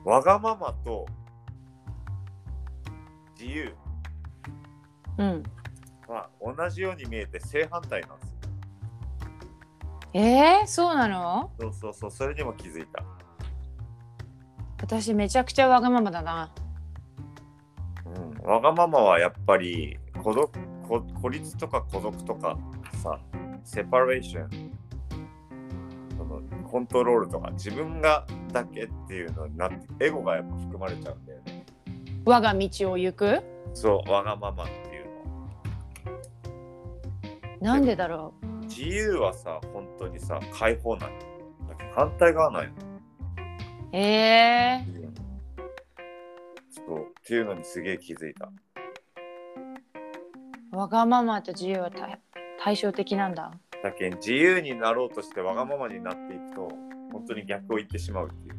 わがままと自由は同じように見えて正反対なんですよ。 そうなの？ そう、それにも気づいた。 私めちゃくちゃわがままだな。 わがままはやっぱり孤立とか孤独とかさ、セパレーション、コントロールとか自分がだけっていうのになって、エゴがやっぱ含まれちゃうんだよね。 我が道を行く？ そう、わがままっていうの。 なんでだろう。 自由はさ、本当にさ、解放なの。だけど反対側ないの。そうっていうのにすげえ気づいた。 わがままと自由は対照的なんだ。 だけど自由になろうとしてわがままになっていくと、本当に逆を言ってしまうっていう。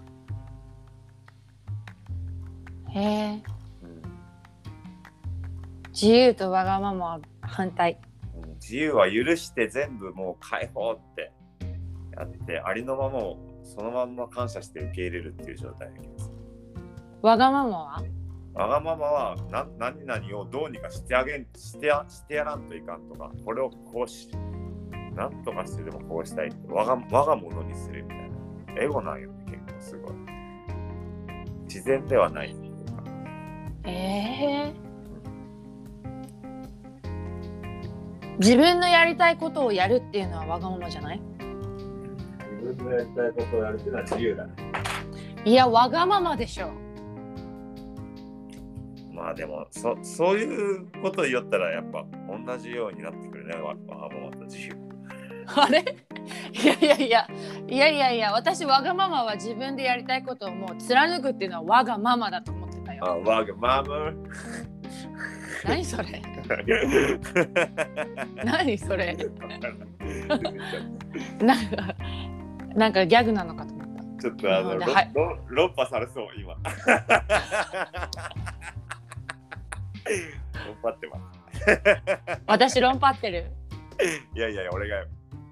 自由とわがままは反対。 自由は許して全部もう解放ってやって、ありのままをそのまんま感謝して受け入れるっていう状態だけど、 わがままは？ わがままは何々をどうにかしてやらんといかんとか、これをこうしなんとかしてでもこうしたいって我がものにするみたいなエゴなんよね。結構すごい自然ではないっていうか。 自分のやりたいことをやるっていうのはわがままじゃない？ 自分のやりたいことをやるっていうのは自由だね。 いや、わがままでしょ。 まあでもそういうこと言ったらやっぱ同じようになってくるね、わがままと自由。 あれ？いや、私わがままは自分でやりたいことをもう貫くっていうのはわがままだと思ってたよ。 わがまま何それ何それなんかギャグなのかと思った。 ちょっと論破されそう今論破ってます私論破ってる。 いや俺がよ。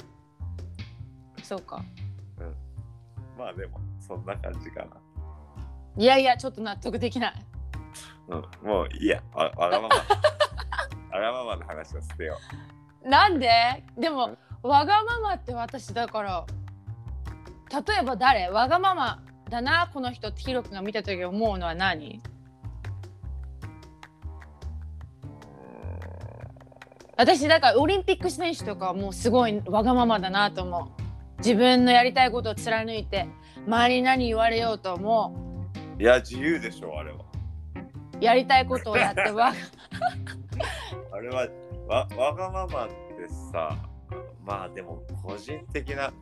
そうか。 まあでもそんな感じかな。 いやちょっと納得できない。 もういいや、わがままわがままの話を捨てよう。なんで？でもわがままって私だから、例えば誰？わがままだなこの人ってヒロ君が見た時思うのは何？私だからオリンピック選手とかはもうすごいわがままだなと思う。自分のやりたいことを貫いて周りに何言われようともいや自由でしょあれは。 やりたいことをやってあれはわがままってさ、まあでも個人的な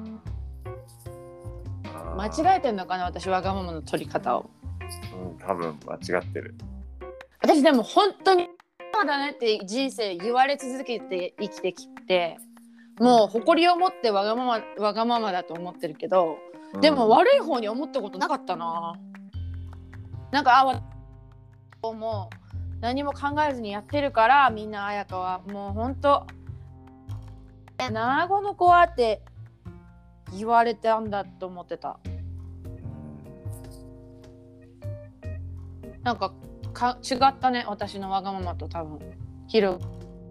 間違えてんのかな、私わがままの取り方を。 多分間違ってる。 私でも本当にそうだねって人生言われ続けて生きてきて、もう誇りを持ってわがままだと思ってるけど、でも悪い方に思ったことなかったな。なんかもう何も考えずにやってるから、みんな彩香はもう本当7号の子はって言われたんだと思ってた。なんか違ったね、私のわがままと多分ヒロ。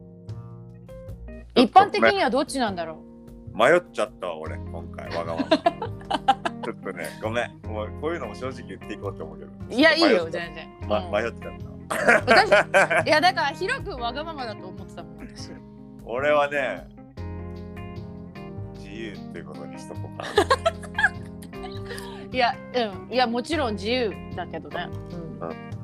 一般的にはどっちなんだろう。迷っちゃったわ俺今回わがままちょっとねごめん、もうこういうのも正直言っていこうと思うけど。 いやいいよ全然、 迷っちゃった私いやだからヒロ君わがままだと思ってたもん私。 俺はね自由っていうことにしとこうかな。 いやもちろん自由だけどね、